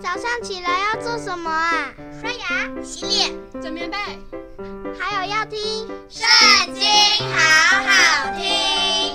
早上起来要做什么啊？ 刷牙、洗脸、 整棉被， 还有要听《 圣经》，好好听。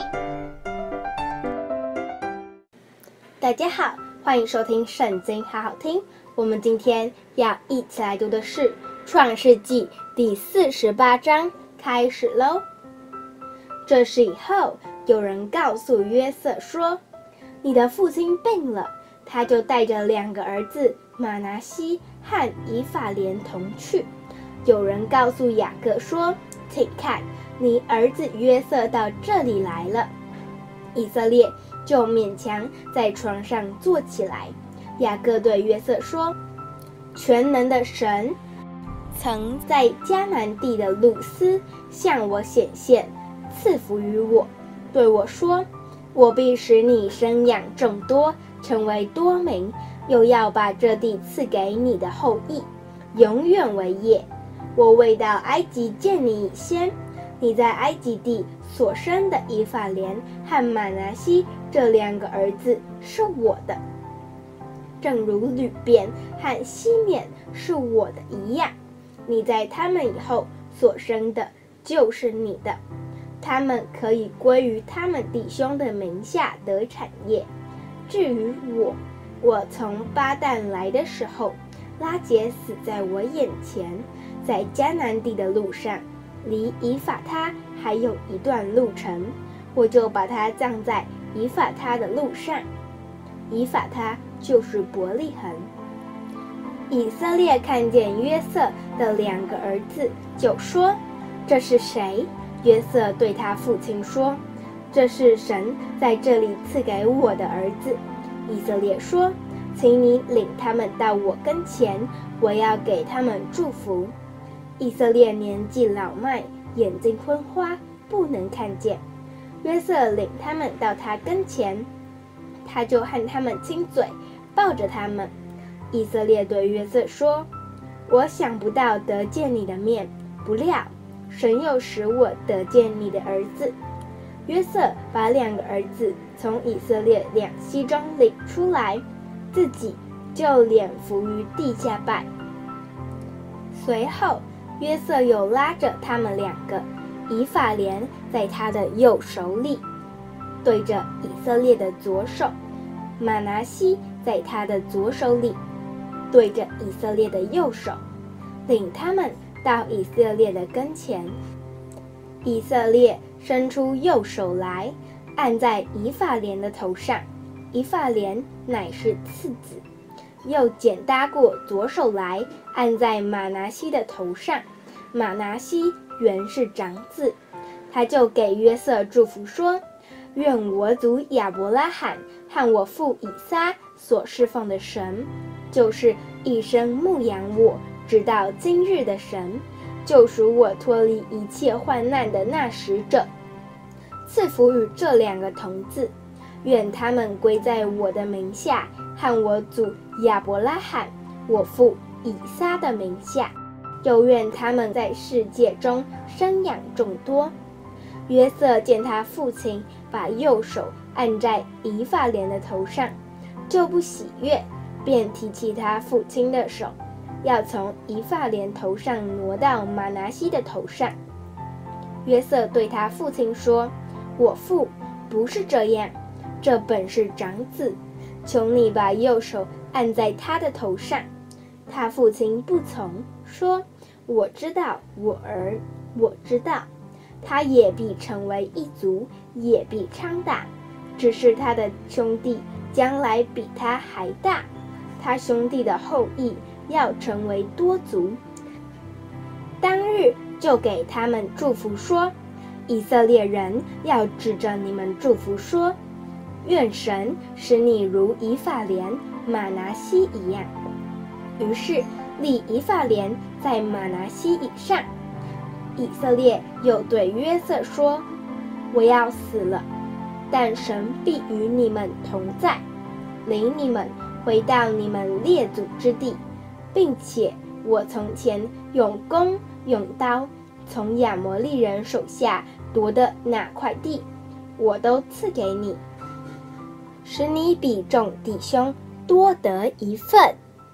大家好，欢迎收听《圣经》，好好听。我们今天要一起来读的是《创世纪》第48章，开始喽。这事以后，有人告诉约瑟说：“你的父亲病了。”他就带着2个儿子马拿西和以法莲同去。有人告诉雅各说：“请看，你儿子约瑟到这里来了。”以色列就勉强在床上坐起来。雅各对约瑟说：“全能的神曾在迦南地的路斯向我显现，赐福于我，对我说：我必使你生养众多，成为多民，又要把这地赐给你的后裔，永远为业。我未到埃及见你以先，你在埃及地所生的以法莲和马拿西这2个儿子是我的，正如吕便和西缅是我的一样。你在他们以后所生的就是你的，他们可以归于他们弟兄的名下得产业。至于我从巴旦来的时候，拉结死在我眼前，在迦南地的路上，离以法他还有一段路程，我就把他葬在以法他的路上。以法他就是伯利恒。以色列看见约瑟的2个儿子，就说：“这是谁？”约瑟对他父亲说：“这是神在这里赐给我的儿子。”以色列说：“请你领他们到我跟前，我要给他们祝福。”以色列年纪老迈，眼睛昏花，不能看见。约瑟领他们到他跟前，他就和他们亲嘴，抱着他们。以色列对约瑟说：“我想不到得见你的面，不料神又使我得见你的儿子。”约瑟把2个儿子从以色列两栖中领出来，自己就脸伏于地下拜。随后约瑟又拉着他们2个，以法莲在他的右手里，对着以色列的左手；马拿西在他的左手里，对着以色列的右手，领他们到以色列的跟前。以色列伸出右手来，按在以法莲的头上，以法莲乃是次子；又剪搭过左手来，按在马拿西的头上，马拿西原是长子。他就给约瑟祝福说：“愿我祖亚伯拉罕和我父以撒所侍奉的神，就是一生牧养我直到今日的神，救赎我脱离一切患难的那使者，赐福与这2个童子，愿他们归在我的名下，和我祖亚伯拉罕、我父以撒的名下，又愿他们在世界中生养众多。”约瑟见他父亲把右手按在以法莲的头上，就不喜悦，便提起他父亲的手，要从以法莲头上挪到马拿西的头上。约瑟对他父亲说：“我父，不是这样，这本是长子，求你把右手按在他的头上。”他父亲不从，说：“我知道，我儿，我知道。他也必成为一族，也必昌大，只是他的兄弟将来比他还大，他兄弟的后裔要成为多族。”当日就给他们祝福说：“以色列人要指着你们祝福说，愿神使你如以法莲、马拿西一样。”于是立以法莲在马拿西以上。以色列又对约瑟说：“我要死了，但神必与你们同在，领你们回到你们列祖之地，并且我从前用弓用刀从亚摩利人手下夺的那块地，我都赐给你，使你比众弟兄多得一份。”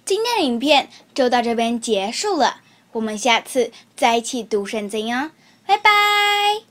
今天的影片就到这边结束了，我们下次再一起读圣经哦，拜拜。